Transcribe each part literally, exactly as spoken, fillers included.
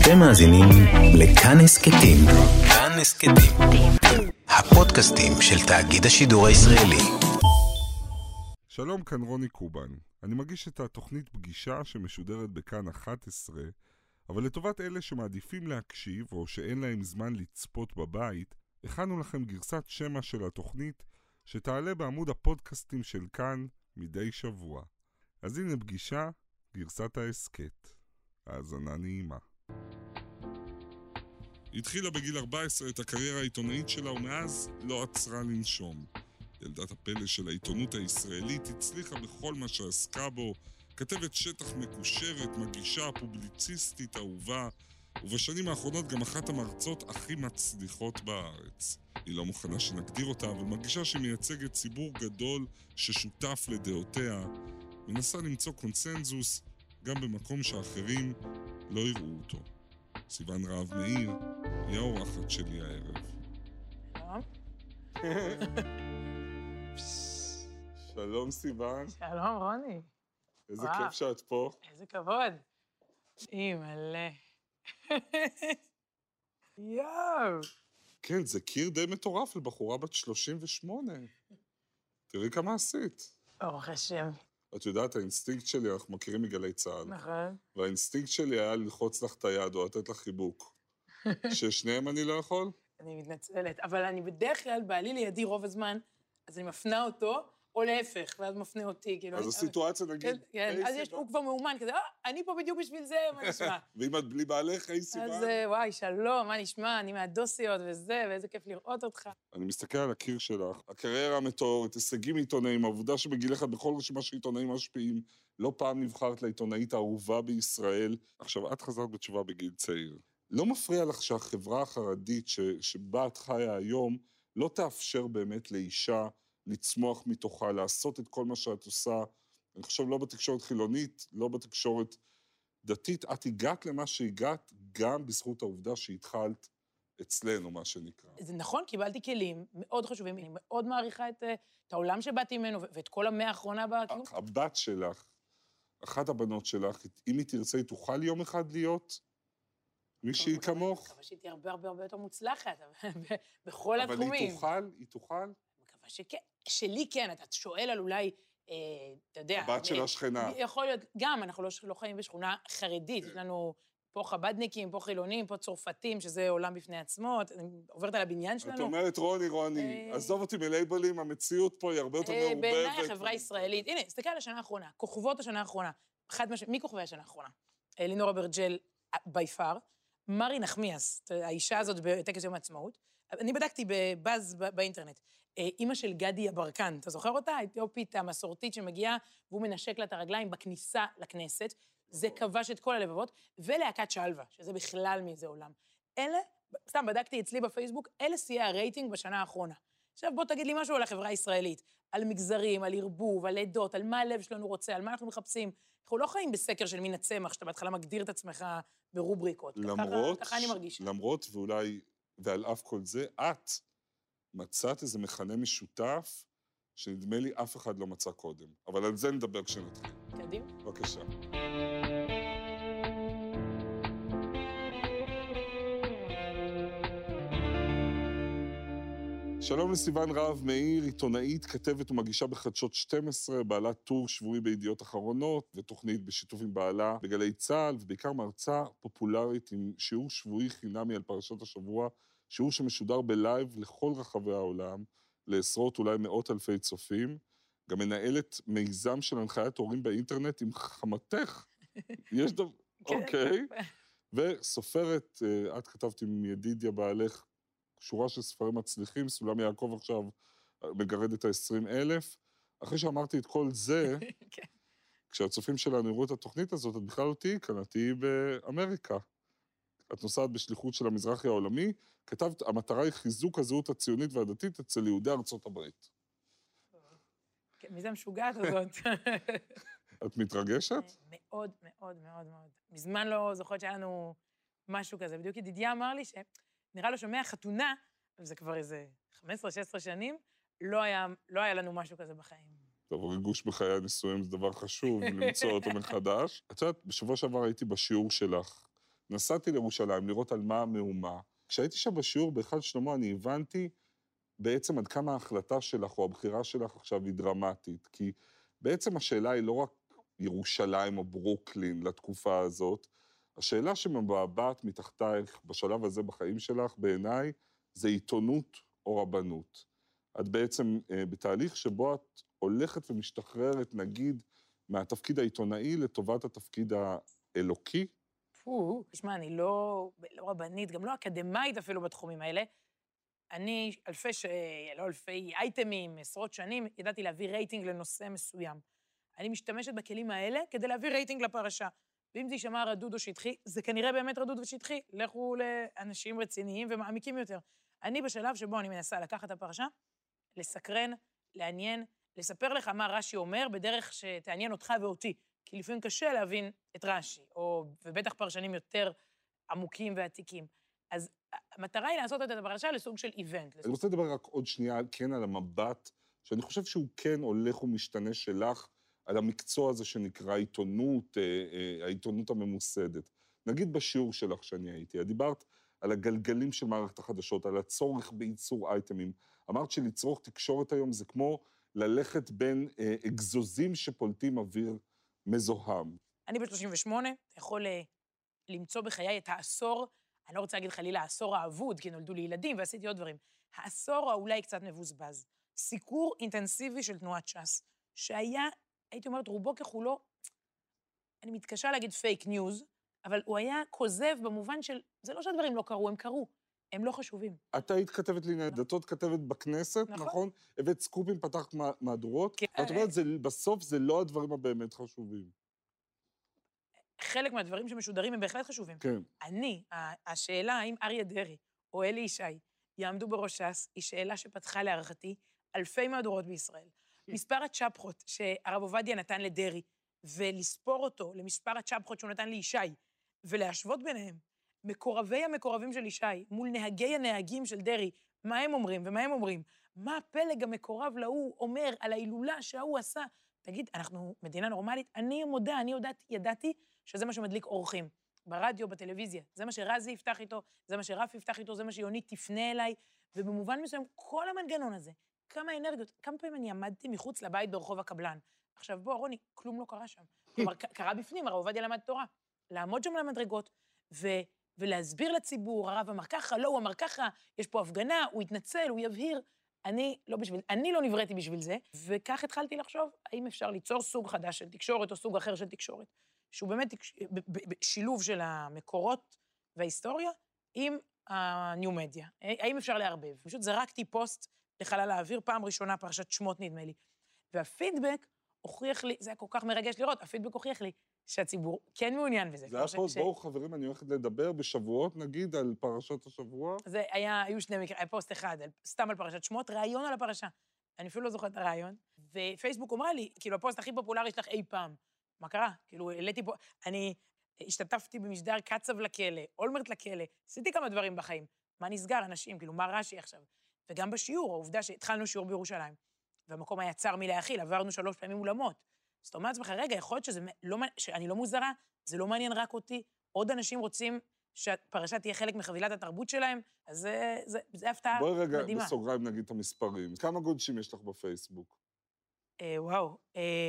אתם מאזינים לכאן הסכתים. כאן הסכתים. הפודקאסטים של תאגיד השידור הישראלי. שלום, כאן רוני קובן. אני מגיש את התוכנית פגישה שמשודרת בכאן אחת עשרה, אבל לטובת אלה שמעדיפים להקשיב או שאין להם זמן לצפות בבית, הכנו לכם גרסת שמע של התוכנית שתעלה בעמוד הפודקאסטים של כאן מדי שבוע. אז הנה פגישה, גרסת ההסכת. האזנה נעימה. התחילה בגיל ארבע עשרה את הקריירה העיתונאית שלה ומאז לא עצרה לנשום. ילדת הפלא של העיתונות הישראלית הצליחה בכל מה שעסקה בו, כתבת שטח מקושרת, מגישה, פובליציסטית אהובה, ובשנים האחרונות גם אחת המרצות הכי מצליחות בארץ. היא לא מוכנה שנגדיר אותה, אבל מרגישה שהיא מייצגת ציבור גדול ששותף לדעותיה, מנסה למצוא קונסנזוס גם במקום שאחרים לא יראו אותו. סיוון רהב מאיר היא האורחת שלי הערב. שלום. שלום סיוון. שלום רוני. איזה כיף שאת פה. איזה כבוד. אי מלא. יואו. כן, זה קיר די מטורף לבחורה בת שלושים ושמונה. תראי כמה עשית. ברוך השם. את יודעת, האינסטינקט שלי, אנחנו מכירים מגלי צהל. נכון. והאינסטינקט שלי היה ללחוץ לך את היד או לתת לך חיבוק. ששניהם אני לא יכול? אני מתנצלת, אבל אני בדרך כלל בעלי לידי רוב הזמן, אז אני מפנה אותו, או להפך, ואז מפנה אותי. אז הסיטואציה נגיד... כן, אז הוא כבר מאומן כזה, אה, אני פה בדיוק בשביל זה, מה נשמע? ואם את בלי בעלך, היי סיוון? אז וואי, שלום, מה נשמע? אני מהדוסיות וזה, ואיזה כיף לראות אותך. אני מסתכל על הקיר שלך, הקריירה המטאורית, הישגים עיתונאים, העובדה שבגילך בכל רשימה של עיתונאים משפיעים, לא פעם נבחרת לעיתונאית האהובה בישראל. עכשיו, את חזרת בתשובה בגיל צעיר. לא מפריע לך שהחברה החרדית ש... שבה את חיה היום, לא תאפשר באמת לאישה לצמוח מתוכה, לעשות את כל מה שאת עושה. אני חושב לא בתקשורת חילונית, לא בתקשורת דתית. את הגעת למה שהגעת גם בזכות העובדה שהתחלת אצלנו, מה שנקרא. זה נכון, קיבלתי כלים מאוד חשובים. אני מאוד מעריכה את, את העולם שבאתי ממנו ואת כל המאה האחרונה בקיום. הבת שלך, אחת הבנות שלך, אם היא תרצה, היא תוכל יום אחד להיות מישהי כמוך. אני מקווה שהיא תהיה הרבה הרבה הרבה יותר מוצלחת, בכל התחומים. אבל היא תוכל, היא תוכל? אני מקווה שכן. שלי כן, אתה שואל על אולי, אתה יודע... הבת של השכנה. יכול להיות, גם, אנחנו לא חיים בשכונה חרדית, יש לנו פה חבדניקים, פה חילונים, פה צורפתים, שזה עולם בפני עצמו, אני עוברת על הבניין שלנו. את אומרת, רוני, רוני, עזוב אותי מלייבלים, המציאות פה היא הרבה יותר מעורבבת. בעיניי החברה הישראלית, הנה, תסתכל על השנה האחרונה, כוכבות השנה האחרונה, מי כוכבי השנה האחרונה? אלינור אברג'ל, ביפר, מרי נחמיאס, האישה הזאת בטקס יום העצמאות, אני בדקתי בבאז באינטרנט, אימא של גדי יברקן, אתה זוכר אותה? האתיופית המסורתית שמגיעה, והוא מנשק לה את הרגליים בכניסה לכנסת, זה כבש את כל הלבבות, ולהקת שלווה, שזה בכלל מאיזה עולם. אלה, סתם בדקתי אצלי בפייסבוק, אלה שיאי הרייטינג בשנה האחרונה. עכשיו בוא תגיד לי משהו על החברה הישראלית, על מגזרים, על ערבוב, על עדות, על מה הלב שלנו רוצה, על מה אנחנו מחפשים. אנחנו לא חיים בסקר של מין הצמח, שאתה בהתחלה מגדיר את עצמך ברובריקות. למרות, ככה, ככה אני מרגיש. למרות, ואולי, ועל אף כל זה, את מצאת איזה מכנה משותף, שנדמה לי אף אחד לא מצא קודם. אבל על זה נדבר כשנתחיל. קדימה. בבקשה. שלום לסיוון רהב מאיר, עיתונאית, כתבת ומגישה בחדשות שתים עשרה, בעלת טור שבועי בידיעות אחרונות, ותוכנית בשיתוף עם בעלה בגלי צהל, ובעיקר מרצה פופולרית עם שיעור שבועי חינמי על פרשת השבוע, שיעור שמשודר בלייב לכל רחבי העולם, לעשרות אולי מאות אלפי צופים, גם מנהלת מיזם של הנחיית הורים באינטרנט עם חמתך. יש דבר... אוקיי. וסופרת, את כתבת עם ידידיה בעלך, שורה של ספרים מצליחים, סולם יעקב עכשיו מגרד את ה-עשרים אלף. אחרי שאמרתי את כל זה, כשהצופים שלנו יראו את התוכנית הזאת, את בכלל לא תהיי כאן, את תהיי באמריקה. את נוסעת בשליחות של המזרחי העולמי, כתבת, המטרה היא חיזוק הזהות הציונית והדתית אצל יהודי ארצות הברית. מי זה המשוגעת הזאת? את מתרגשת? מאוד, מאוד, מאוד, מאוד. מזמן לא זוכרת שהיה לנו משהו כזה. בדיוק ידידיה אמר לי שנראה לו שומע חתונה, וזה כבר איזה חמש עשרה שש עשרה שנים, לא היה, לא היה לנו משהו כזה בחיים. טוב, ריגוש בחיי הנישואים זה דבר חשוב, למצוא אותו מחדש. את יודעת, בשבוע שעבר הייתי בשיעור שלך, נסעתי לירושלים לראות על מה המהומה. כשהייתי שם בשיעור באחד שלמה, אני הבנתי בעצם עד כמה ההחלטה שלך או הבחירה שלך עכשיו היא דרמטית, כי בעצם השאלה היא לא רק ירושלים או ברוקלין לתקופה הזאת, השאלה שמבעבעת מתחתייך בשלב הזה בחיים שלך, בעיניי, זה עיתונות או רבנות. את בעצם אה, בתהליך שבו את הולכת ומשתחררת, נגיד, מהתפקיד העיתונאי לטובת התפקיד האלוקי. פו, תשמע, אני לא, לא רבנית, גם לא אקדמאית אפילו בתחומים האלה. אני אלפי, ש... לא אלפי אייטמים, עשרות שנים, ידעתי להביא רייטינג לנושא מסוים. אני משתמשת בכלים האלה כדי להביא רייטינג לפרשה. ואם זה יישמע רדוד או שטחי, זה כנראה באמת רדוד ושטחי. לכו לאנשים רציניים ומעמיקים יותר. אני בשלב שבו אני מנסה לקחת את הפרשה, לסקרן, לעניין, לספר לך מה רש"י אומר בדרך שתעניין אותך ואותי. כי לפעמים קשה להבין את רש"י, או, ובטח פרשנים יותר עמוקים ועתיקים. אז המטרה היא לעשות את הפרשה לסוג של איבנט. אני רוצה לדבר רק עוד שנייה, כן, על המבט, שאני חושב שהוא כן הולך ומשתנה שלך, על המקצוע הזה שנקרא עיתונות, העיתונות הממוסדת. נגיד בשיעור שלך שאני הייתי, דיברת על הגלגלים של מערכת החדשות, על הצורך בייצור אייטמים. אמרת שלצרוך תקשורת היום זה כמו ללכת בין אגזוזים שפולטים אוויר מזוהם. אני ב-שלושים ושמונה, אתה יכול למצוא בחיי את העשור, אני לא רוצה להגיד חלילה העשור האבוד, כי נולדו לי ילדים ועשיתי עוד דברים. העשור האולי קצת מבוזבז. סיקור אינטנסיבי של תנועת ש"ס, שהיה, הייתי אומרת, רובו ככולו, אני מתקשה להגיד פייק ניוז, אבל הוא היה כוזב במובן של, זה לא שהדברים לא קרו, הם קרו, הם לא חשובים. אתה היית כתבת לענייני דתות, כתבת בכנסת, נכון? נכון? הבאת סקופים, פתחת מהדורות, ואת אומרת, בסוף זה לא הדברים הבאמת חשובים. חלק מהדברים שמשודרים הם בהחלט חשובים. כן. אני, השאלה האם אריה דרעי או אלי ישי יעמדו בראש ש"ס, היא שאלה שפתחה להערכתי אלפי מהדורות בישראל. מספר הצ'פחות שהרב עובדיה נתן לדרעי, ולספור אותו למספר הצ'פחות שהוא נתן לישי, ולהשוות ביניהם, מקורבי המקורבים של ישי, מול נהגי הנהגים של דרעי, מה הם אומרים ומה הם אומרים, מה הפלג המקורב להוא אומר על ההילולה שההוא עשה. תגיד, אנחנו מדינה נורמלית? אני מודה, אני יודעת, ידעתי שזה מה שמדליק אורחים. ברדיו, בטלוויזיה, זה מה שרזי יפתח איתו, זה מה שרפי יפתח איתו, זה מה שיונית תפנה אליי, ובמובן מסוים, כל המנגנון הזה, כמה אנרגיות, כמה פעמים אני עמדתי מחוץ לבית ברחוב הקבלן. עכשיו בוא, רוני, כלום לא קרה שם. כלומר, קרה בפנים, הרב עובדיה למד תורה. לעמוד שם למדרגות, ו... ולהסביר לציבור, הרב אמר ככה, לא, הוא אמר ככה, יש פה הפגנה, הוא יתנצל, הוא יבהיר. אני לא בשביל, אני לא נבראתי בשביל זה, וכך התחלתי לחשוב, האם אפשר ליצור סוג חדש של תקשורת או סוג אחר של תקשורת, שהוא באמת שילוב של המקורות וההיסטוריה עם הניו-מדיה. האם אפשר להרבב? פשוט זרקתי פוסט לחלל האוויר, פעם ראשונה פרשת שמות נדמה לי. והפידבק הוכיח לי, זה היה כל כך מרגש לראות, הפידבק הוכיח לי שהציבור כן מעוניין בזה. זה היה פוסט, בואו חברים, אני הולכת לדבר בשבועות, נגיד, על פרשת השבוע. זה היה, היו שני מקרים, היה פוסט אחד, סתם על פרשת שמות, רעיון על הפרשה. אני אפילו לא זוכרת את הרעיון, ופייסבוק אמרה לי, כאילו, הפוסט הכי פופולרי שלך אי פעם. מה קרה? כאילו, העליתי פה, אני השתתפתי במשדר קצב לכלא, אולמרט לכלא, עשיתי כמה דברים בחיים. מה נסגר, אנשים? כאילו, מה רש"י עכשיו? וגם בשיעור, העובדה שהתחלנו שיעור בירושלים, והמקום היה צר מלהכיל, עברנו שלוש פעמים אולמות. זאת אומרת, עצמך, רגע, יכול להיות שזה לא, שאני לא מוזרה, זה לא מעניין רק אותי, עוד אנשים רוצים שהפרשה תהיה חלק מחבילת התרבות שלהם, אז זה, זה, זה הפתעה מדהימה. בואי רגע, בסוגריים נגיד את המספרים. כמה גודשים יש לך בפייסבוק? אה, וואו, אה,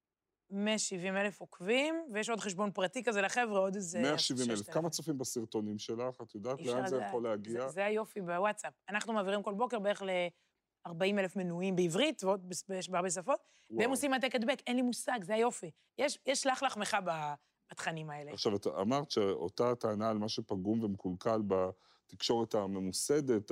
מאה שבעים אלף עוקבים, ויש עוד חשבון פרטי כזה לחבר'ה, עוד איזה... מאה שבעים אלף. כמה צופים בסרטונים שלך? את יודעת לאן זה יכול להגיע? זה, זה היופי בוואטסאפ. אנחנו מעבירים כל בוקר בערך ל-ארבעים אלף מנויים בעברית, ועוד בהרבה שפות, והם עושים העתק הדבק, אין לי מושג, זה היופי. יש, יש לך לחמך בתכנים האלה. עכשיו, את אמרת שאותה טענה על מה שפגום ומקולקל בתקשורת הממוסדת,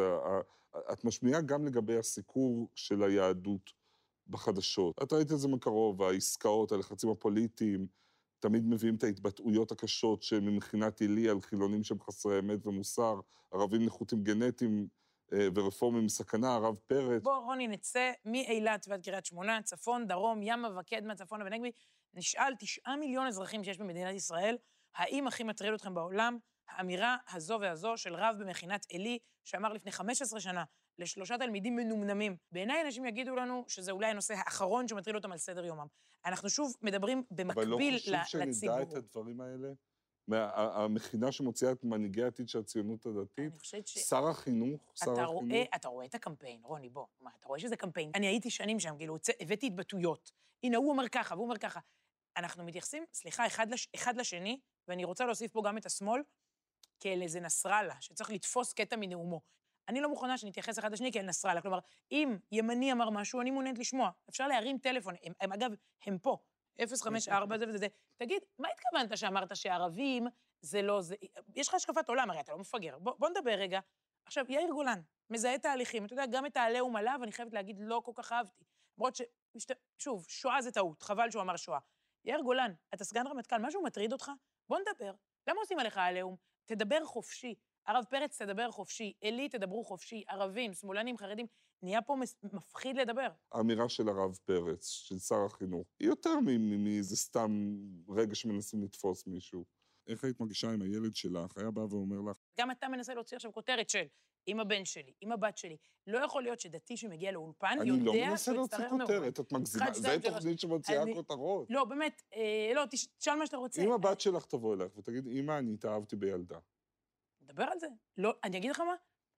את משמיעה גם לגבי הסיקור של היהדות בחדשות. את ראית את זה מקרוב, העסקאות, הלחצים הפוליטיים, תמיד מביאים את ההתבטאויות הקשות שמבחינת עילי על חילונים שהם חסרי אמת ומוסר, ערבים נחותים גנטיים ורפורמים סכנה, הרב פרץ. בוא, רוני, נצא מאילת ועד קריית שמונה, צפון, דרום, ימה וקדמה, צפונה ונגבי, נשאל תשעה מיליון אזרחים שיש במדינת ישראל, האם הכי מטריד אתכם בעולם, האמירה הזו והזו של רב במכינת עלי, שאמר לפני חמש עשרה שנה, לשלושה תלמידים מנומנמים. בעיניי אנשים יגידו לנו שזה אולי הנושא האחרון שמטריד אותם על סדר יומם. אנחנו שוב מדברים במקביל לציבור. אבל לא חשוב שנדע את הדברים האלה? המכינה שמוציאה את מנהיגי העתיד של הציונות הדתית, אני חושבת ש... שר החינוך, שר אתה החינוך. רואה, אתה רואה את הקמפיין, רוני, בוא, מה, אתה רואה שזה קמפיין? אני הייתי שנים שם, כאילו, הבאתי התבטאויות. הנה, הוא אומר ככה, והוא אומר ככה. אנחנו מתייחסים, סליחה, אחד, לש, אחד לשני, ואני רוצה להוסיף פה גם את השמאל, כאל איזה נסראללה, שצריך לתפוס קטע מנאומו. אני לא מוכנה שנתייחס אחד לשני כאל נסראללה. כלומר, אם ימני אמר משהו, אני מעוניינת לשמוע. אפשר להרים טלפון. הם, הם, אגב, הם פה. אפס חמש ארבע זה וזה זה. תגיד, מה התכוונת שאמרת שערבים זה לא זה? יש לך השקפת עולם, הרי אתה לא מפגר. בוא, בוא נדבר רגע. עכשיו, יאיר גולן, מזהה תהליכים. אתה יודע, גם את העליהום עליו, אני חייבת להגיד, לא כל כך אהבתי. למרות ש... שוב, שואה זה טעות, חבל שהוא אמר שואה. יאיר גולן, אתה סגן רמטכ"ל, משהו מטריד אותך? בוא נדבר. למה עושים עליך עליהום? תדבר חופשי. הרב פרץ תדבר חופשי, אלי תדברו חופשי, ערבים, שמאלנים, חרדים, נהיה פה מפחיד לדבר. האמירה של הרב פרץ, של שר החינוך, היא יותר מאיזה סתם רגע שמנסים לתפוס מישהו. איך היית מרגישה עם הילד שלך? היה בא ואומר לך... גם אתה מנסה להוציא עכשיו כותרת של, עם הבן שלי, עם הבת שלי. לא יכול להיות שדתי שמגיע לאולפן, יודע... אני לא מנסה להוציא כותרת, את מגזימה. זה תוכנית שמוציאה כותרות. לא, באמת, לא, תשאל מה שאתה רוצה. אם הבת שלך תבוא אליך ותגיד, אמא, אני התאהבתי בילדה. נדבר על זה. לא, אני אגיד לך מה?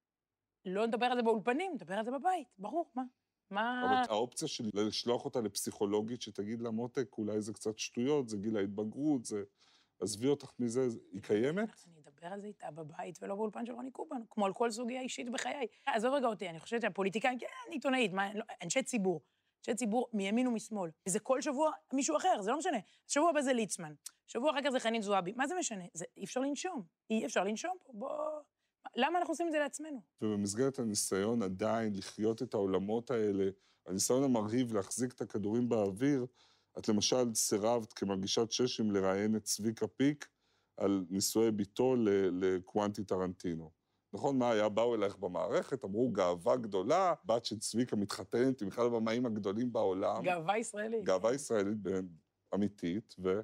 לא נדבר על זה באולפנים, נדבר על זה בבית. ברור, מה? מה... אבל האופציה שלי לשלוח אותה לפסיכולוגית שתגיד לה, מותק, אולי זה קצת שטויות, זה גיל ההתבגרות, זה... עזבי אותך מזה, היא קיימת? אני אדבר על זה איתה בבית ולא באולפן של רוני קובן, כמו על כל סוגיה אישית בחיי. עזוב רגע אותי, אני חושבת שהפוליטיקאים, כן, אני עיתונאית, אנשי ציבור. אנשי ציבור מימין ומשמאל. וזה כל שבוע מישהו אחר, זה לא משנה. שבוע הבא זה ליצמן, שבוע אחר כך זה חנין זועבי. מה זה משנה? זה אי אפשר לנשום. אי אפשר לנשום פה, בוא... למה אנחנו עושים את זה לעצמנו? ובמסגרת הניסיון עדיין לחיות את העולמות האלה, הניסיון המרהיב להחזיק את הכדורים באוויר, את למשל סירבת כמרגישת ששים לראיין את צביקה פיק על נישואי ביתו לקוונטי טרנטינו. נכון, מה היה? באו אלייך במערכת, אמרו, גאווה גדולה, בת של צביקה מתחתנת עם אחד הבמאים הגדולים בעולם. גאווה ישראלית. גאווה ישראלית אמיתית, ו...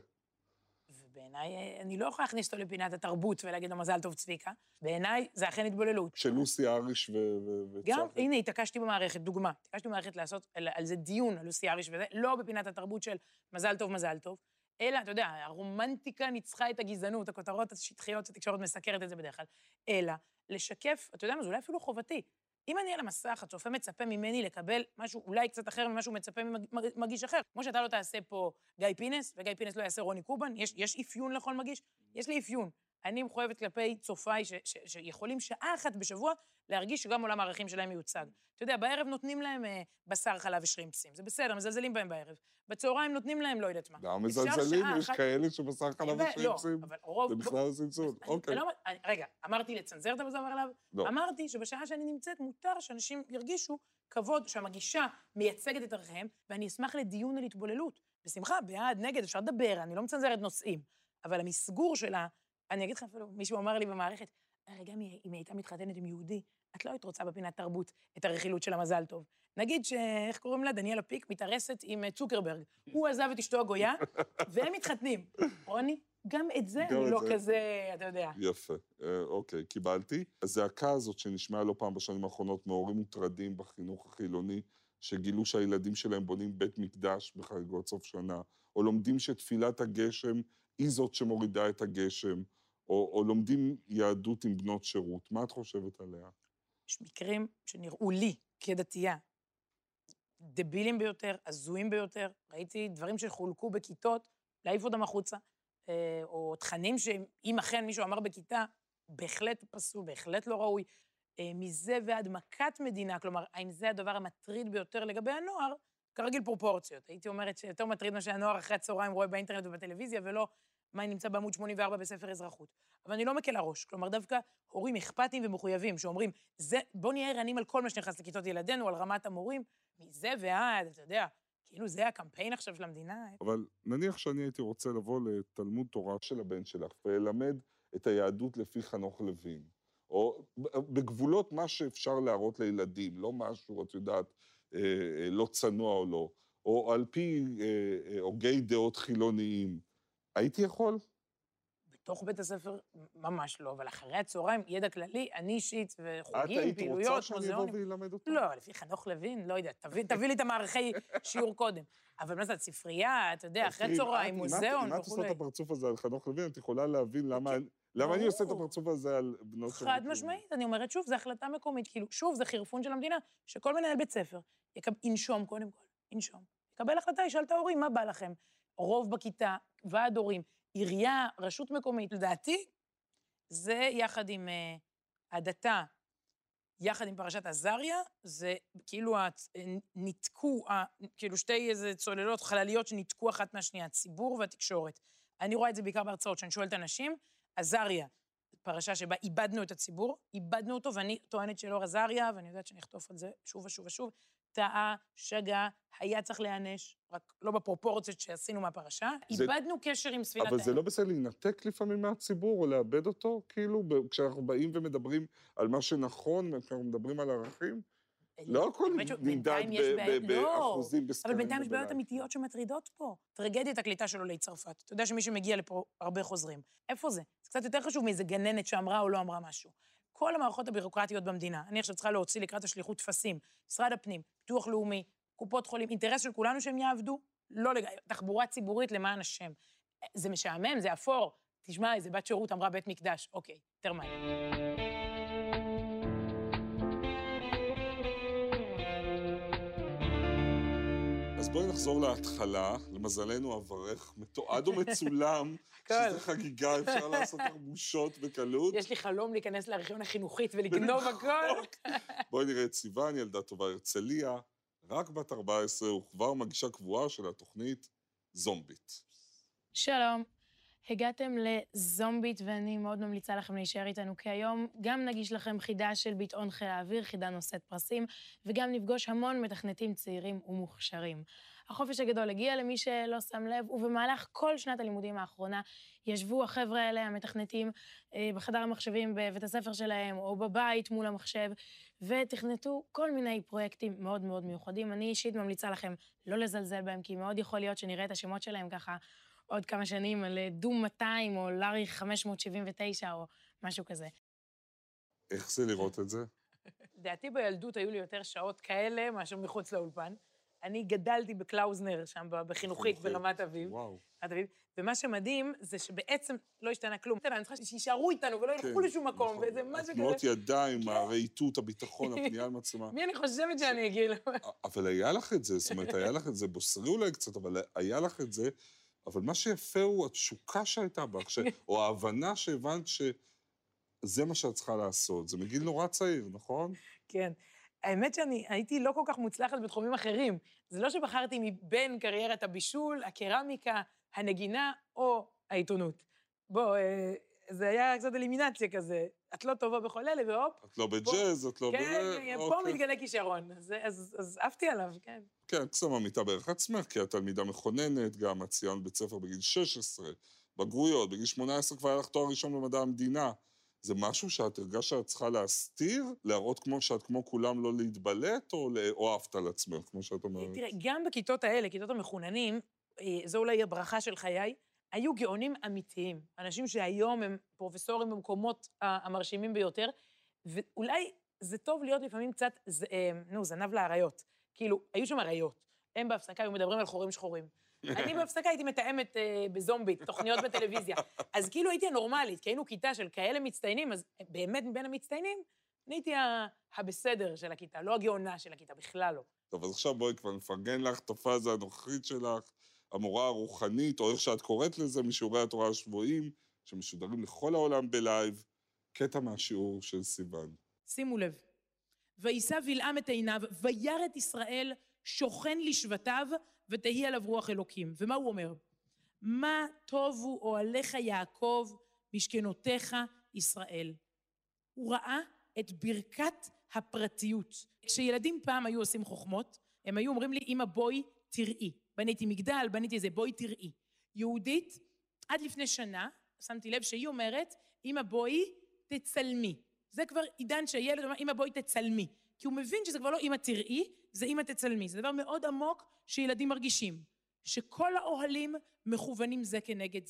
ובעיניי, אני לא יכולה להכניס אותו לפינת התרבות ולהגיד לו מזל טוב צביקה. בעיניי, זה אכן התבוללות. של לוסי אריש ו... גם, הנה, התעקשתי במערכת, דוגמה. התעקשתי במערכת לעשות על זה דיון, על לוסי אריש וזה, לא בפינת התרבות של מזל טוב, מזל טוב, אלא, אתה יודע, הרומנטיקה ניצחה את הגזענות, הכותרות השטחיות, התקשורת מסקרת את זה בדרך כלל, אלא לשקף, אתה יודע מה, זה אולי אפילו חובתי. אם אני על המסך, הצופה מצפה ממני לקבל משהו אולי קצת אחר ממה שהוא מצפה ממגיש אחר. כמו שאתה לא תעשה פה גיא פינס, וגיא פינס לא יעשה רוני קובן, יש, יש אפיון לכל מגיש, יש לי אפיון. אני מחויבת כלפי צופיי ש, ש, שיכולים שעה אחת בשבוע להרגיש שגם עולם הערכים שלהם מיוצג. אתה יודע, בערב נותנים להם אה, בשר, חלב ושרימפסים, זה בסדר, מזלזלים בהם בערב. בצהריים נותנים להם, לא יודעת מה. לא, מזלזלים, יש כאלה שבשר, חלב ושרימפסים, זה בכלל זלזול. אוקיי. רגע, אמרתי לצנזר את המזמר עליו? אמרתי שבשעה שאני נמצאת מותר שאנשים ירגישו כבוד, שהמגישה מייצגת את ערכיהם, ואני אשמח לדיון על התבוללות. בשמחה, בעד, נגד, אפשר לדבר, אני לא מצנזרת נושאים, אבל המסגור שלה, אני אגיד לך אפילו, מישהו אמר לי במערכת, רגע, אם היא הייתה מתחתנת עם יהודי, את לא היית רוצה בפינת תרבות את הרכילות של המזל טוב. נגיד שאיך קוראים לה, דניאלה פיק, מתארסת עם צוקרברג. הוא עזב את אשתו הגויה, והם מתחתנים. רוני, גם את זה אני לא כזה, אתה יודע. יפה, אוקיי, קיבלתי. הזעקה הזאת שנשמעה לא פעם בשנים האחרונות, מהורים מוטרדים בחינוך החילוני, שגילו שהילדים שלהם בונים בית מקדש בחגיגות סוף שנה, או לומדים שתפילת הגשם היא זאת שמורידה את הגשם, או, או לומדים יהדות עם בנות שירות. מה את חושבת עליה? יש מקרים שנראו לי כדתייה, דבילים ביותר, הזויים ביותר. ראיתי דברים שחולקו בכיתות, להעיף אותם החוצה, או תכנים שאם אכן מישהו אמר בכיתה, בהחלט פסול, בהחלט לא ראוי. מזה ועד מכת מדינה, כלומר, האם זה הדבר המטריד ביותר לגבי הנוער, כרגיל פרופורציות. הייתי אומרת שיותר מטריד מה שהנוער אחרי הצהריים רואה באינטרנט ובטלוויזיה, ולא מה נמצא בעמוד שמונים וארבע בספר אזרחות. אבל אני לא מקל הראש. כלומר, דווקא הורים אכפתיים ומחויבים, שאומרים, זה, בוא נהיה ערניים על כל מה שנכנס לכיתות ילדינו, על רמת המורים, מזה ועד, אתה יודע, כאילו זה הקמפיין עכשיו של המדינה. אבל נניח שאני הייתי רוצה לבוא לתלמוד תורה של הבן שלך, וללמד את היהדות לפי חנוך לוין, או בגבולות מה שאפשר להראות לילדים, לא משהו, את יודעת, לא צנוע או לא, או על פי הוגי דעות חילוניים. הייתי יכול? בתוך בית הספר, ממש לא, אבל אחרי הצהריים, ידע כללי, אני אישית וחוגים, את פעילויות, היית רוצה שאני מוזיאונים. אבוא וילמד אותו? לא, לפי חנוך לוין, לא יודע, תביא, תביא לי את המערכי שיעור קודם. אבל מה זה, ספרייה, אתה יודע, אחרי צהריים, מוזיאון וכולי. אם את עושה את הפרצוף הזה על חנוך לוין, את יכולה להבין למה... למה אני עושה את הפרצוף הזה על בנות של... חד משמעית, אני אומרת, שוב, זו החלטה מקומית, כאילו, שוב, זה חירפון של המדינה, שכל מנהל בית ספר ינשום קודם כל, ינשום. יקבל החלטה, ישאל את ההורים, מה בא לכם? רוב בכיתה, ועד הורים, עירייה, רשות מקומית, לדעתי, זה יחד עם uh, הדתה, יחד עם פרשת עזריה, זה כאילו ניתקו, כאילו שתי איזה צוללות חלליות שניתקו אחת מהשנייה, הציבור והתקשורת. אני רואה את זה בעיקר בהרצאות, שאני שואלת אנשים, עזריה, פרשה שבה איבדנו את הציבור, איבדנו אותו, ואני טוענת שלא עזריה, ואני יודעת שנחטוף על זה שוב ושוב ושוב, טעה, שגה, היה צריך להיענש, רק לא בפרופורציות שעשינו מהפרשה, זה... איבדנו קשר עם ספינת אבל זה לא בסדר להינתק לפעמים מהציבור, או לאבד אותו, כאילו, כשאנחנו באים ומדברים על מה שנכון, כשאנחנו מדברים על ערכים, לא הכל נמדד באחוזים, בסקרים. אבל בינתיים יש בעיות אמיתיות שמטרידות פה. טרגדיית הקליטה של עולי צרפת. אתה יודע שמי שמגיע לפה הרבה חוזרים. איפה זה? זה קצת יותר חשוב מאיזה גננת שאמרה או לא אמרה משהו. כל המערכות הבירוקרטיות במדינה, אני עכשיו צריכה להוציא לקראת השליחות תפסים, משרד הפנים, ביטוח לאומי, קופות חולים, אינטרס של כולנו שהם יעבדו, לא לג... תחבורה ציבורית למען השם. זה משעמם, זה אפור. תשמע, איזה בת שירות אמרה בית מקדש. אוקיי, תרמי. אז בואי נחזור להתחלה, למזלנו אברך, מתועד ומצולם, שזה חגיגה, אפשר לעשות תרבושות בקלות. יש לי חלום להיכנס לארכיון החינוכית ולגנוב הכל. בואי נראה את סיוון, ילדה טובה הרצליה, רק בת ארבע עשרה, וכבר מגישה קבועה של התוכנית זומבית. שלום. הגעתם לזומבית, ואני מאוד ממליצה לכם להישאר איתנו, כי היום גם נגיש לכם חידה של ביטאון חיל האוויר, חידה נושאת פרסים, וגם נפגוש המון מתכנתים צעירים ומוכשרים. החופש הגדול הגיע למי שלא שם לב, ובמהלך כל שנת הלימודים האחרונה ישבו החבר'ה האלה, המתכנתים, בחדר המחשבים בבית הספר שלהם, או בבית מול המחשב, ותכנתו כל מיני פרויקטים מאוד מאוד מיוחדים. אני אישית ממליצה לכם לא לזלזל בהם, כי מאוד יכול להיות שנראה את השמות שלהם ככה, עוד כמה שנים על דום מאתיים, או לארי חמש מאות שבעים ותשע, או משהו כזה. איך זה לראות את זה? דעתי בילדות היו לי יותר שעות כאלה, מאשר מחוץ לאולפן. אני גדלתי בקלאוזנר, שם בחינוכית, ברמת אביב. וואו. ומה שמדהים זה שבעצם לא השתנה כלום. אני צריכה שישארו איתנו ולא ילכו לשום מקום, וזה משהו כזה. התנועות ידיים, הרהיטות, הביטחון, הפנייה על מצלמה. מי אני חושבת שאני אגיע לו? אבל היה לך את זה, זאת אומרת, היה לך את זה, בוסרי אולי קצת, אבל היה לך את זה, אבל מה שיפה הוא התשוקה שהייתה בך, או ההבנה שהבנת שזה מה שאת צריכה לעשות. זה מגיל נורא צעיר, נכון? כן. האמת שאני הייתי לא כל כך מוצלחת בתחומים אחרים. זה לא שבחרתי מבין קריירת הבישול, הקרמיקה, הנגינה או העיתונות. בוא, זה היה קצת אלימינציה כזה. את לא טובה בכל אלה, והופ. את לא בג'אז, את לא ב... כן, פה מתגלה כישרון. אז עפתי עליו, כן. כן, קסם אמיתה בערך עצמך, כי את תלמידה מכוננת, גם את ציינת בית ספר בגיל שש עשרה, בגרויות, בגיל שמונה עשרה כבר היה לך תואר ראשון במדע המדינה. זה משהו שאת הרגשת שאת צריכה להסתיר, להראות כמו שאת כמו כולם לא להתבלט, או אהבת על עצמך, כמו שאת אומרת? תראה, גם בכיתות האלה, כיתות המכוננים, זו אולי הברכה של חיי, היו גאונים אמיתיים, אנשים שהיום הם פרופסורים במקומות המרשימים ביותר, ואולי זה טוב להיות לפעמים קצת, נו, זנב לאריות. כאילו, היו שם אריות, הם בהפסקה היו מדברים על חורים שחורים. אני בהפסקה הייתי מתאמת בזומבית, תוכניות בטלוויזיה. אז כאילו הייתי הנורמלית, כי היינו כיתה של כאלה מצטיינים, אז באמת מבין המצטיינים, אני הייתי הבסדר של הכיתה, לא הגאונה של הכיתה, בכלל לא. טוב, אז עכשיו בואי כבר נפרגן לך את הפאזה הנוכחית שלך, המורה הרוחנית, או איך שאת קוראת לזה, משיעורי התורה השבועיים, שמשודרים לכל העולם בלייב, קטע מהשיעור של סיוון. שימו לב, וישא בלעם את עיניו, וירא את ישראל שוכן לשבטיו, ותהי עליו רוח אלוקים. ומה הוא אומר? מה טובו אוהליך יעקב, משכנותיך ישראל. הוא ראה את ברכת הפרטיות. כשילדים פעם היו עושים חוכמות, הם היו אומרים לי, אמא בואי תראי. בניתי מגדל, בניתי איזה בואי תראי. יהודית, עד לפני שנה, שמתי לב שהיא אומרת, אמא בואי תצלמי. זה כבר עידן שהילד אומר, אמא בואי תצלמי. כי הוא מבין שזה כבר לא אמא תראי, זה אמא תצלמי. זה דבר מאוד עמוק שילדים מרגישים. שכל האוהלים מכוונים זה כנגד זה.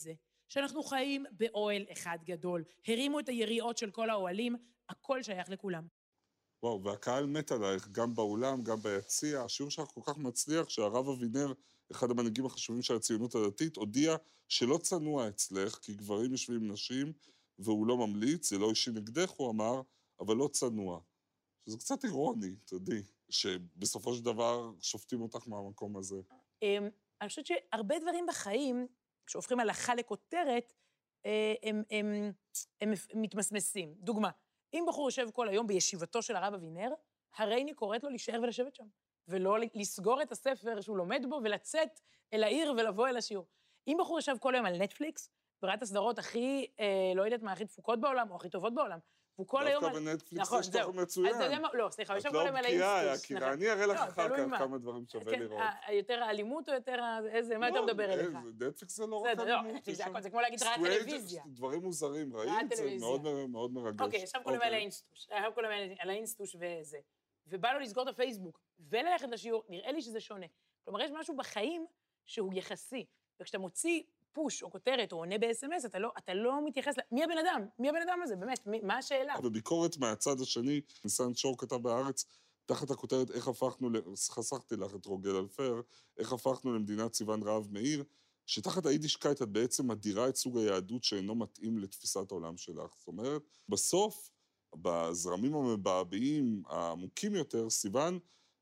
שאנחנו חיים באוהל אחד גדול. הרימו את היריעות של כל האוהלים, הכל שייך לכולם. וואו, והקהל מת עלייך, גם באולם, גם ביציע. השיעור שלך כל כך מצליח שהרב אבינר, אחד המנהיגים החשובים של הציונות הדתית, הודיע שלא צנוע אצלך, כי גברים יושבים עם נשים, והוא לא ממליץ, זה לא אישי נגדך, הוא אמר, אבל לא צנוע. שזה קצת אירוני, תדעי, שבסופו של דבר שופטים אותך מהמקום הזה. אני חושבת שהרבה דברים בחיים, כשהופכים הלכה לכותרת, הם, הם, הם מתמסמסים. דוגמה, אם בחור יושב כל היום בישיבתו של הרב אבינר, הרי אני קוראת לו להישאר ולשבת שם, ולא לסגור את הספר שהוא לומד בו, ולצאת אל העיר ולבוא אל השיעור. אם בחור יושב כל היום על נטפליקס, ברירת הסדרות הכי, אה, לא יודעת מה, הכי דפוקות בעולם, או הכי טובות בעולם, והוא כל היום... דווקא בנטפליקס יש לך מצוין. אז אתה יודע מה, לא, סליחה, יושב כל היום על האינסטוש. אני אראה לך אחר כך כמה דברים שווה לראות. יותר האלימות או יותר איזה, מה אתה מדבר אליך? נטפליקס זה לא רק אלימות. זה כמו להגיד רעת טלוויזיה. דברים מוזרים, ראית? זה מאוד מרגש. אוקיי, ישב כל היום על האינסטוש, ישב כל היום על האינסטוש וזה, ובא לו לסגור את הפייסבוק, וללכת לשיעור, נראה לי שזה שונה. כלומר, יש משהו בחיים שהוא יחסי, וכשאתה מוציא פוש או כותרת או עונה ב-אס אם אס, אתה לא, אתה לא מתייחס ל... מי הבן אדם? מי הבן אדם הזה? באמת, מי, מה השאלה? וביקורת מהצד השני, ניסן שור כתב בהארץ, תחת הכותרת איך הפכנו, חסכתי לך את רוגל אלפר, איך הפכנו למדינת סיוון רהב מאיר, שתחת היידישקייט את בעצם מדירה את סוג היהדות שאינו מתאים לתפיסת העולם שלך. זאת אומרת, בסוף, בזרמים המבעבעים, העמוקים יותר, סיוון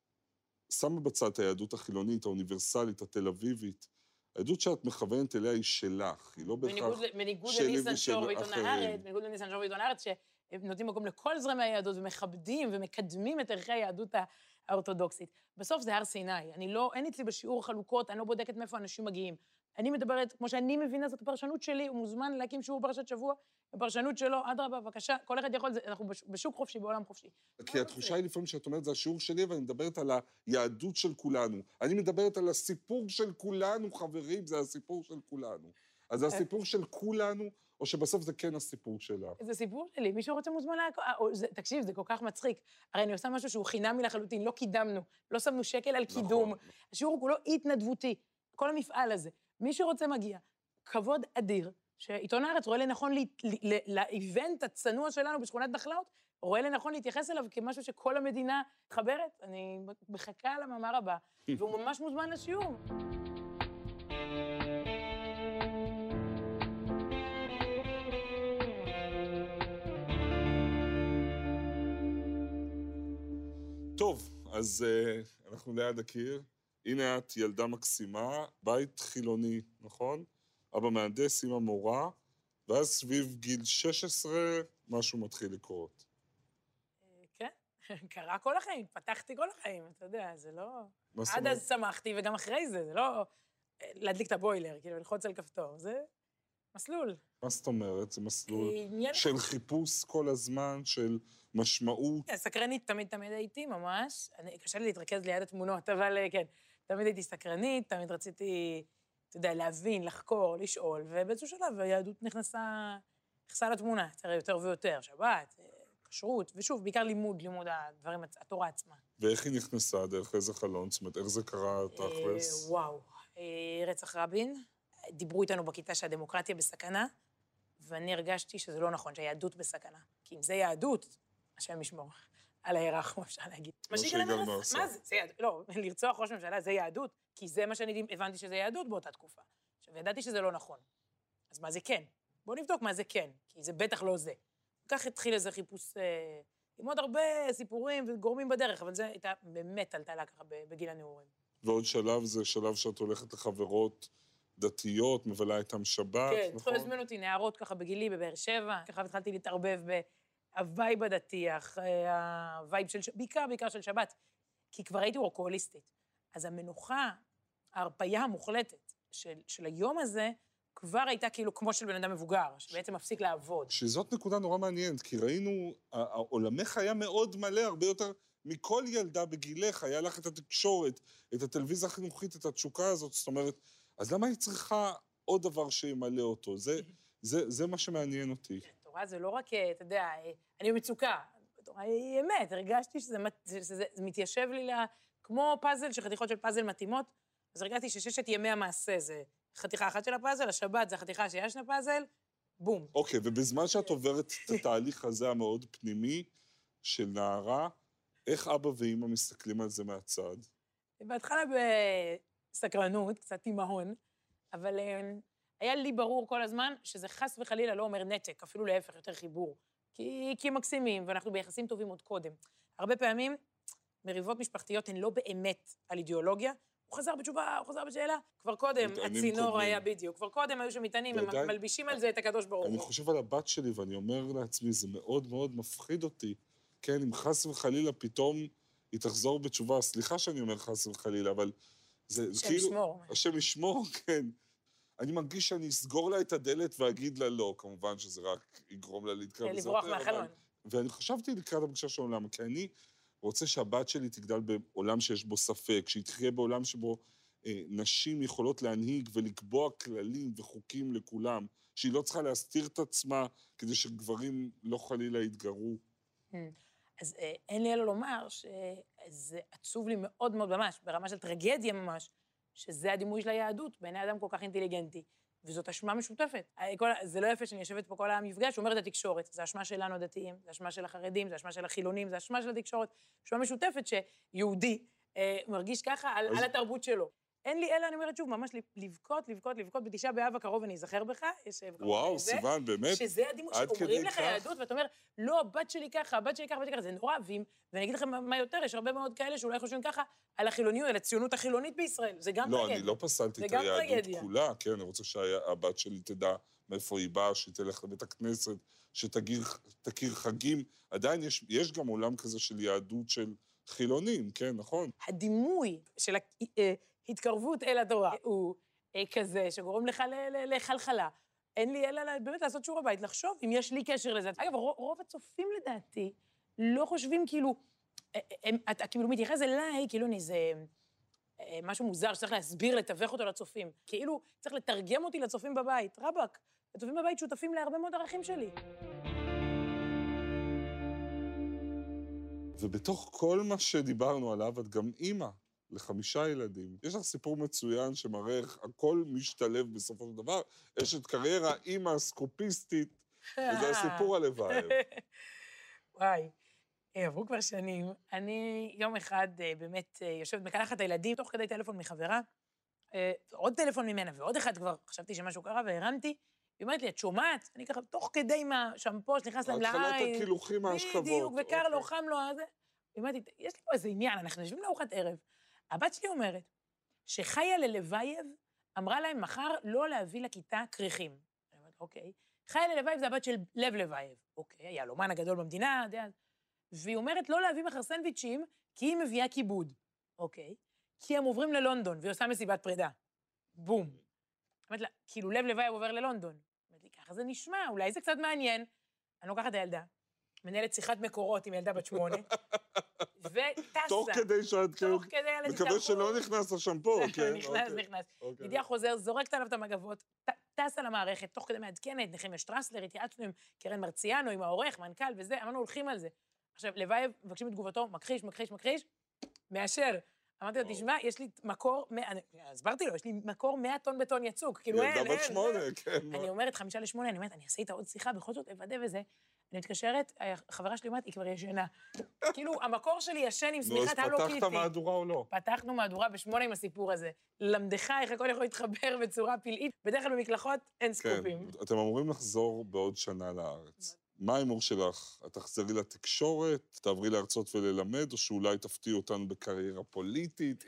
שמה בצד את היהדות החילונית, האוניברסלית, התל אביבית, העדות שאת מכוונת אליה היא שלך, היא לא בהכרח... בניגוד לניסן שור ועיתון הארץ, בניגוד לניסן שור ועיתון הארץ, שהם נותנים מקום לכל זרמי היהדות ומכבדים ומקדמים את ערכי היהדות האורתודוקסית. בסוף זה הר סיני. אני לא, אין אצלי בשיעור חלוקות, אני לא בודקת מאיפה אנשים מגיעים. אני מדברת, כמו שאני מבינה, זאת הפרשנות שלי, הוא מוזמן להקים שיעור פרשת שבוע, הפרשנות שלו, אדרבה, בבקשה, כל אחד יכול, אנחנו בשוק חופשי, בעולם חופשי. כי התחושה היא לפעמים שאת אומרת, זה השיעור שלי, ואני מדברת על היהדות של כולנו. אני מדברת על הסיפור של כולנו, חברים, זה הסיפור של כולנו. אז זה הסיפור של כולנו, או שבסוף זה כן הסיפור שלך? זה סיפור שלי, מישהו רוצה מוזמן לה... תקשיב, זה כל כך מצחיק. הרי אני עושה משהו שהוא חינמי לחלוטין, לא קידמנו, לא שמנו שקל על קידום. השיעור הוא כולו התנדבותי, כל המפעל הזה. מי שרוצה מגיע, כבוד אדיר, שעיתון הארץ רואה לנכון לאיבנט הצנוע שלנו בשכונת נחלאות, רואה לנכון להתייחס אליו כמשהו שכל המדינה מתחברת. אני מחכה למאמר הבא, והוא ממש מוזמן לשיעור. טוב, אז uh, אנחנו ליד הקיר. הנה את ילדה מקסימה, בית חילוני, נכון? אבא מהנדס, אמא מורה, ואז סביב גיל שש עשרה משהו מתחיל לקרות. כן, קרה כל החיים, פתחתי כל החיים, אתה יודע, זה לא... עד אז שמחתי, וגם אחרי זה, זה לא להדליק את הבוילר, כאילו, ללחוץ על כפתור, זה מסלול. מה זאת אומרת? זה מסלול של חיפוש כל הזמן, של משמעות. סקרנית תמיד תמיד הייתי, ממש. קשה לי להתרכז ליד התמונות, אבל כן, תמיד הייתי סקרנית, תמיד רציתי, אתה יודע, להבין, לחקור, לשאול, ובאיזשהו שלב היהדות נכנסה, נכנסה לתמונה, תראה, יותר ויותר, שבת, כשרות, ושוב, בעיקר לימוד, לימוד הדברים, התורה עצמה. ואיך היא נכנסה? דרך איזה חלון? זאת אומרת, איך זה קרה תכלס? וואו, רצח רבין, דיברו איתנו בכיתה שהדמוקרטיה בסכנה, ואני הרגשתי שזה לא נכון, שהיהדות בסכנה. כי אם זה יהדות, השם ישמור על הירח, כמו אפשר להגיד. מה שיגאל נעשה. מה זה? זה יהדות. לא, לרצוח ראש ממשלה זה יהדות, כי זה מה שאני הבנתי שזה יהדות באותה תקופה. עכשיו, ידעתי שזה לא נכון. אז מה זה כן? בואו נבדוק מה זה כן, כי זה בטח לא זה. כך התחיל איזה חיפוש אה, עם עוד הרבה סיפורים וגורמים בדרך, אבל זה הייתה באמת טלטלה ככה בגיל הנעורים. ועוד שלב זה שלב שאת הולכת לחברות דתיות, מבלה איתם שבת, כן, נכון? כן, התחילו לזמן אותי נערות ככה בגילי בבאר שבע, ככה התחלתי להתערבב בהווייב הדתיח, הווייב של, בעיקר, בעיקר של שבת, כי כבר הייתי וורקוהוליסטית. אז המנוחה, ההרפאיה המוחלטת של, של היום הזה, כבר הייתה כאילו כמו של בן אדם מבוגר, שבעצם מפסיק לעבוד. שזאת נקודה נורא מעניינת, כי ראינו, העולמך היה מאוד מלא, הרבה יותר מכל ילדה בגילך, היה לך את התקשורת, את הטלוויזיה החינוכית, את התשוקה הזאת, זאת אומרת, אז למה היא צריכה עוד דבר שימלא אותו? זה, זה, זה מה שמעניין אותי. תורה זה לא רק, אתה יודע, אני במצוקה, תורה היא אמת, הרגשתי שזה, שזה, שזה, זה מתיישב לי לה, כמו פאזל, שחתיכות של פאזל מתאימות, אז הרגשתי שששת ימי המעשה זה חתיכה אחת של הפאזל, השבת זה החתיכה השנייה של הפאזל, בום. אוקיי, ובזמן שאת עוברת את התהליך הזה המאוד פנימי של נערה, איך אבא ואמא מסתכלים על זה מהצד? בהתחלה בסקרנות, קצת אימהון, אבל היה לי ברור כל הזמן שזה חס וחלילה לא אומר נתק, אפילו להפך, יותר חיבור. כי, כי הם מקסימים, ואנחנו ביחסים טובים עוד קודם. הרבה פעמים מריבות משפחתיות הן לא באמת על אידיאולוגיה, הוא חזר בתשובה, הוא חזר בשאלה, כבר קודם הצינור קודמים. היה בדיוק, כבר קודם היו שם מטענים, הם מלבישים על זה את הקדוש ברוך הוא. אני חושב על הבת שלי, ואני אומר לעצמי, זה מאוד מאוד מפחיד אותי, כן, אם חס וחלילה פתאום היא תחזור בתשובה, סליחה שאני אומר חס וחלילה, אבל זה, זה כאילו... השם ישמור. השם ישמור, כן. אני מרגיש שאני אסגור לה את הדלת ואגיד לה לא, כמובן שזה רק יגרום לה להתקרב. לברוח מהחלון. ואני חשבתי לקראת הפגישה של העולם, כי אני רוצה שהבת שלי תגדל בעולם שיש בו ספק, שהיא תחיה בעולם שבו אה, נשים יכולות להנהיג ולקבוע כללים וחוקים לכולם, שהיא לא צריכה להסתיר את עצמה כדי שגברים לא חלילה יתגרו. אז אה, אין לי אלא לומר שזה עצוב לי מאוד מאוד ממש, ברמה של טרגדיה ממש, שזה הדימוי של היהדות, בעיני אדם כל כך אינטליגנטי, וזאת אשמה משותפת. כל, זה לא יפה שאני יושבת פה כל המפגש, אומרת התקשורת, זה אשמה שלנו הדתיים, זה אשמה של החרדים, זה אשמה של החילונים, זה אשמה של התקשורת, אשמה משותפת שיהודי אה, מרגיש ככה על, אז... על התרבות שלו. אין לי אלא, אני אומרת שוב, ממש לבכות, לבכות, לבכות, בתשעה באב הקרוב אני אזכר בך, יש... וואו, סיוון, באמת? שזה הדימוי שאומרים לך יהדות, ואתה אומר, לא, הבת שלי ככה, הבת שלי ככה, הבת שלי ככה, זה נורא, ואני אגיד לכם מה יותר, יש הרבה מאוד כאלה שאולי חושבים ככה, על החילוניות, על הציונות החילונית בישראל, זה גם טרגדיה. לא, אני לא פסלתי את היהדות כולה, כן, אני רוצה שהבת שלי תדע מאיפה היא באה, שהיא תלך לבית הכנסת, שתכיר חגים. עדיין יש, יש גם עולם כזה של יהדות של חילונים, כן, נכון? הדימוי של ההתקרבות אל התורה הוא כזה שגורם לך לחלחלה. אין לי אלא באמת לעשות שיעור הבית, לחשוב אם יש לי קשר לזה. אגב, רוב הצופים לדעתי לא חושבים כאילו, אתה כאילו מתייחס אליי, כאילו אני זה משהו מוזר שצריך להסביר, לתווך אותו לצופים. כאילו צריך לתרגם אותי לצופים בבית. רבק, הצופים בבית שותפים להרבה מאוד ערכים שלי. ובתוך כל מה שדיברנו עליו, את גם אימא לחמישה ילדים. יש לך סיפור מצוין שמראה איך הכל משתלב בסופו של דבר. יש את קריירה אימא סקופיסטית, וזה הסיפור הלוואי. וואי, עברו כבר שנים. אני יום אחד באמת יושבת מקלחת הילדים, תוך כדי טלפון מחברה, עוד טלפון ממנה, ועוד אחד כבר חשבתי שמשהו קרה, והרמתי, היא אומרת לי, את שומעת? אני ככה, תוך כדי מה, שמפוש, נכנס להם לעין. התחלת הקילוחים מהשכבות. בדיוק, וקר לו, חם לו, אז... היא אומרת לי, יש לי פה איזה עניין, אנחנו יושבים לארוחת ערב. הבת שלי אומרת, שחיה ללווייב אמרה להם מחר לא להביא לכיתה כריכים. אני אומרת, אוקיי. חיה ללווייב זה הבת של לב לווייב. אוקיי, היהלומן הגדול במדינה, יודע. והיא אומרת לא להביא מחר סנדוויצ'ים, כי היא מביאה כיבוד. אוקיי. כי הם עוברים ללונדון, והיא עושה מסיבת פרידה. בום. אומרת לה, כאילו לב לווייב עובר ללונדון. אומרת לי, ככה זה נשמע, אולי זה קצת מעניין. אני לוקחת את הילדה, מנהלת שיחת מקורות עם ילדה בת שמונה, וטסה. תוך כדי שאת כאילו, מקווה שלא נכנס לשמפו, כן? נכנס, נכנס. ידיעה חוזר, זורקת עליו את המגבות, טסה למערכת, תוך כדי מעדכנת, נחמיה שטרסלר, התייעצנו עם קרן מרציאנו, עם העורך, מנכ"ל וזה, אמרנו הולכים על זה. עכשיו, לווייב, מבקשים את תגובתו, מכחיש, מכחיש, מכחיש, מאשר. אמרתי לו, תשמע, יש לי מקור, הסברתי לו, יש לי מקור מאה טון בטון יצוק, כאילו אין, אין. ילדה בת שמונה, כן. אני אומרת, חמישה לשמונה, אני אומרת, אני אעשה איתה עוד שיחה, בכל זאת, אבדה וזה. אני מתקשרת, החברה שלי אומרת, היא כבר ישנה. כאילו, המקור שלי ישן עם סמיכת הלו קיטי. נו, אז פתחת מהדורה או לא? פתחנו מהדורה בשמונה עם הסיפור הזה. למדך איך הכל יכול להתחבר בצורה פלאית, בדרך כלל במקלחות אין סקופים. כן, אתם אמורים לחזור בעוד שנה לארץ. מה ההימור שלך? את תחזרי לתקשורת, תעברי לארצות וללמד, או שאולי תפתיעי אותנו בקריירה פוליטית,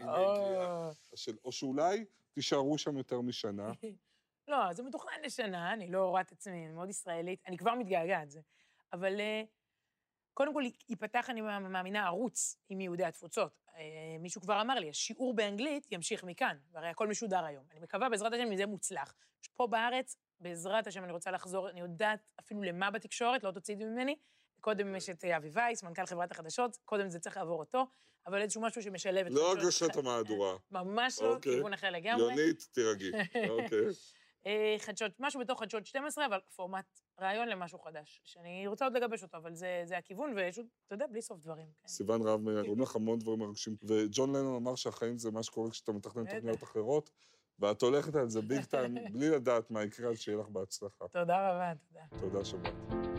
או שאולי תישארו שם יותר משנה? לא, זה מתוכנן לשנה, אני לא רואה את עצמי, אני מאוד ישראלית, אני כבר מתגעגעת זה. אבל קודם כל, ייפתח, אני מאמינה, ערוץ עם יהודי התפוצות. מישהו כבר אמר לי, השיעור באנגלית ימשיך מכאן, והרי הכל משודר היום. אני מקווה, בעזרת השם, מזה מוצלח. פה בארץ, בעזרת השם, אני רוצה לחזור, אני יודעת אפילו למה בתקשורת, לא תוציאי ממני. קודם יש את אבי וייס, מנכ"ל חברת החדשות, קודם זה צריך לעבור אותו, אבל איזשהו משהו שמשלב את... לא הגשת המהדורה. ממש לא, כיוון אחר לגמרי. יונית, תירגעי. אוקיי. חדשות, משהו בתוך חדשות שתים עשרה, אבל פורמט רעיון למשהו חדש, שאני רוצה עוד לגבש אותו, אבל זה, זה הכיוון, ויש עוד, אתה יודע, בלי סוף דברים. סיוון רהב, אומרים לך המון דברים מרגשים, וג'ון לנון אמר שהחיים זה מה שקורה כשאתה מתכנן תוכניות אחרות, ואת הולכת על זה ביג טיים, בלי לדעת מה יקרה, אז שיהיה לך בהצלחה. תודה רבה, תודה. תודה, שבת.